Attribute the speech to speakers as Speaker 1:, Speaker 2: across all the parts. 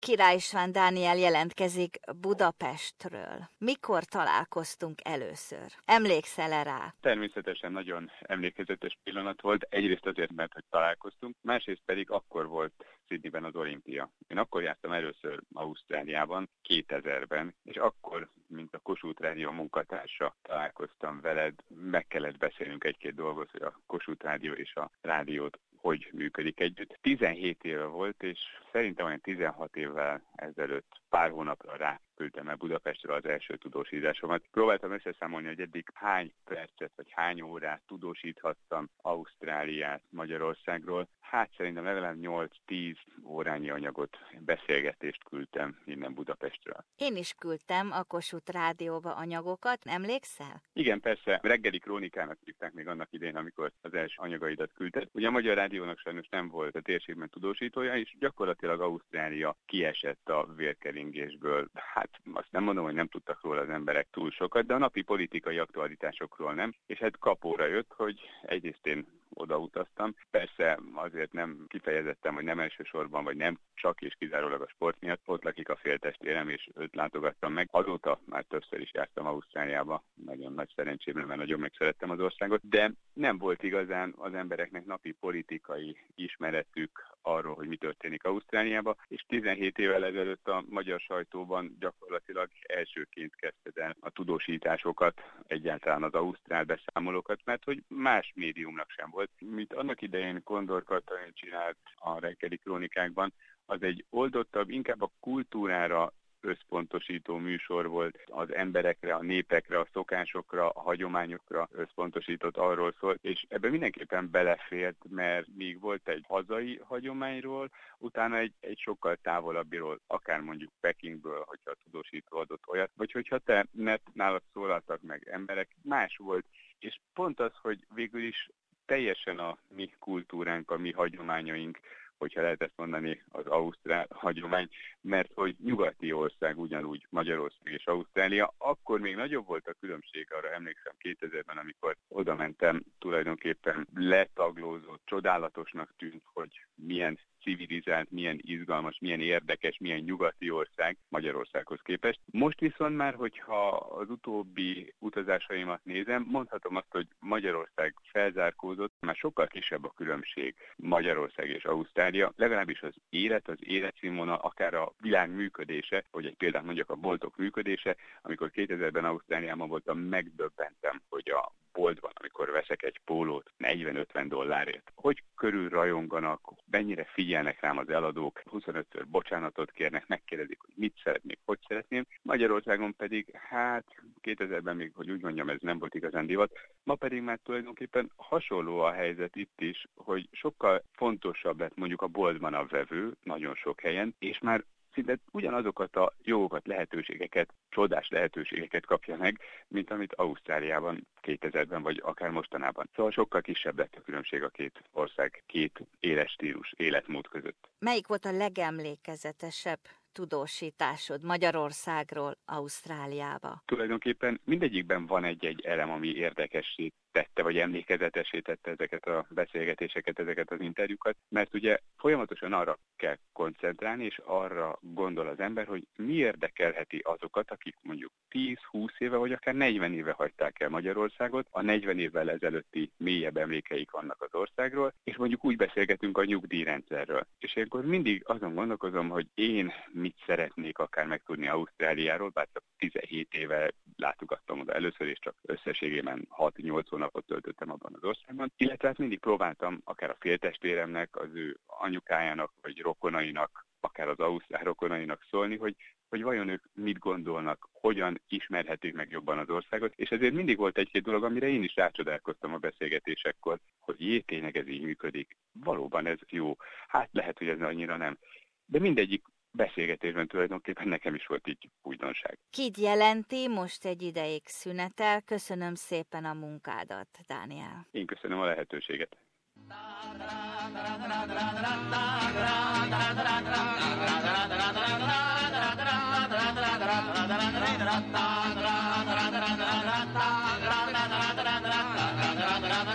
Speaker 1: Király István Dániel jelentkezik Budapestről. Mikor találkoztunk először? Emlékszel-e rá?
Speaker 2: Természetesen nagyon emlékezetes pillanat volt. Egyrészt azért, mert hogy találkoztunk, másrészt pedig akkor volt Sydneyben az olimpia. Én akkor jártam először Ausztráliában, 2000-ben, és akkor, mint a Kossuth Rádió munkatársa találkoztam veled. Meg kellett beszélnünk egy-két dolgot, hogy a Kossuth Rádió és a rádiót hogy működik együtt. 17 éve volt, és szerintem olyan 16 évvel ezelőtt pár hónapra ráküldtem el Budapestről az első tudósításomat. Próbáltam összeszámolni, hogy eddig hány percet vagy hány órát tudósíthattam Ausztráliát Magyarországról. Hát szerintem legalább 8-10 órányi anyagot, beszélgetést küldtem innen Budapestről.
Speaker 1: Én is küldtem a Kossuth Rádióba anyagokat, emlékszel?
Speaker 2: Igen, persze, reggeli krónikának hívták még annak idején, amikor az első anyagaidat küldted. Ugye a Magyar Rádiónak sajnos nem volt a térségben tudósítója, és gyakorlatilag Ausztrália kiesett a vérkeringésből. Hát azt nem mondom, hogy nem tudtak róla az emberek túl sokat, de a napi politikai aktualitásokról nem, és hát kapóra jött, hogy egyrészt én odautaztam. Persze azért nem kifejezettem, hogy nem elsősorban, vagy nem csak és kizárólag a sport miatt. Ott lakik a féltestvérem, és őt látogattam meg. Azóta már többször is jártam Ausztráliába. Nagyon nagy szerencsémre, mert nagyon megszerettem az országot. De nem volt igazán az embereknek napi politikai ismeretük arról, hogy mi történik Ausztráliában, és 17 évvel ezelőtt a magyar sajtóban gyakorlatilag elsőként kezdted el a tudósításokat, egyáltalán az ausztrál beszámolókat, mert hogy más médiumnak sem volt. Mint annak idején Kondor Katalin csinált a reggeli krónikákban, az egy oldottabb, inkább a kultúrára összpontosító műsor volt, az emberekre, a népekre, a szokásokra, a hagyományokra összpontosított, arról szólt, és ebben mindenképpen belefért, mert míg volt egy hazai hagyományról, utána egy sokkal távolabbiról, akár mondjuk Pekingből, hogyha a tudósító adott olyat, vagy hogyha mert nálad szólaltak meg emberek, más volt, és pont az, hogy végül is teljesen a mi kultúránk, a mi hagyományaink, hogyha lehet ezt mondani, az ausztrál hagyomány, mert hogy nyugati ország ugyanúgy Magyarország és Ausztrália, akkor még nagyobb volt a különbség, arra emlékszem 2000-ben, amikor oda mentem, tulajdonképpen letaglózott, csodálatosnak tűnt, hogy milyen civilizált, milyen izgalmas, milyen érdekes, milyen nyugati ország Magyarországhoz képest. Most viszont már, hogyha az utóbbi utazásaimat nézem, mondhatom azt, hogy Magyarország felzárkózott, már sokkal kisebb a különbség Magyarország és Ausztrália, legalábbis az életszínvonal, akár a világ működése, hogy egy példát mondjak, a boltok működése, amikor 2000-ben Ausztráliában voltam, megdöbbentem, hogy a boltban, amikor veszek egy pólót $40-50, hogy körül rajonganak, mennyire figyelnek rám az eladók, 25-ször bocsánatot kérnek, megkérdezik, hogy mit szeretnék, hogy szeretném. Magyarországon pedig, hát 2000-ben még, hogy úgy mondjam, ez nem volt igazán divat, ma pedig már tulajdonképpen hasonló a helyzet itt is, hogy sokkal fontosabb lett mondjuk a boltban a vevő, nagyon sok helyen, és már szinte ugyanazokat a jogokat, lehetőségeket, csodás lehetőségeket kapja meg, mint amit Ausztráliában 2000-ben, vagy akár mostanában. Szóval sokkal kisebb lett a különbség a két ország, két életstílus, életmód között.
Speaker 1: Melyik volt a legemlékezetesebb tudósításod Magyarországról Ausztráliába?
Speaker 2: Tulajdonképpen mindegyikben van egy-egy elem, ami érdekessé tette, vagy emlékezetessé tette ezeket a beszélgetéseket, ezeket az interjúkat, mert ugye folyamatosan arra kell koncentrálni, és arra gondol az ember, hogy mi érdekelheti azokat, akik mondjuk 10-20 éve, vagy akár 40 éve hagyták el Magyarországot, a 40 évvel ezelőtti mélyebb emlékeik vannak az országról, és mondjuk úgy beszélgetünk a nyugdíjrendszerről. És akkor mindig azon gondolkozom, hogy én mit szeretnék akár megtudni Ausztráliáról, bár csak 17 éve látogattam oda először, és csak összességében 6-8 hónapot töltöttem abban az országban, illetve hát mindig próbáltam akár a féltestvéremnek, az ő anyukájának, vagy rokonainak, akár az ausztrál rokonainak szólni, hogy vajon ők mit gondolnak, hogyan ismerhetik meg jobban az országot, és ezért mindig volt egy-két dolog, amire én is rácsodálkoztam a beszélgetésekkor, hogy tényleg ez így működik. Valóban ez jó. Hát lehet, hogy ez annyira nem. De mindegyik beszélgetésben tulajdonképpen nekem is volt így újdonság.
Speaker 1: Kid jelenti, most egy ideig szünetel. Köszönöm szépen a munkádat, Dániel.
Speaker 2: Én köszönöm a lehetőséget.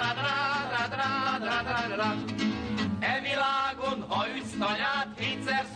Speaker 3: E világon, ha ütsz tanyát, kétszer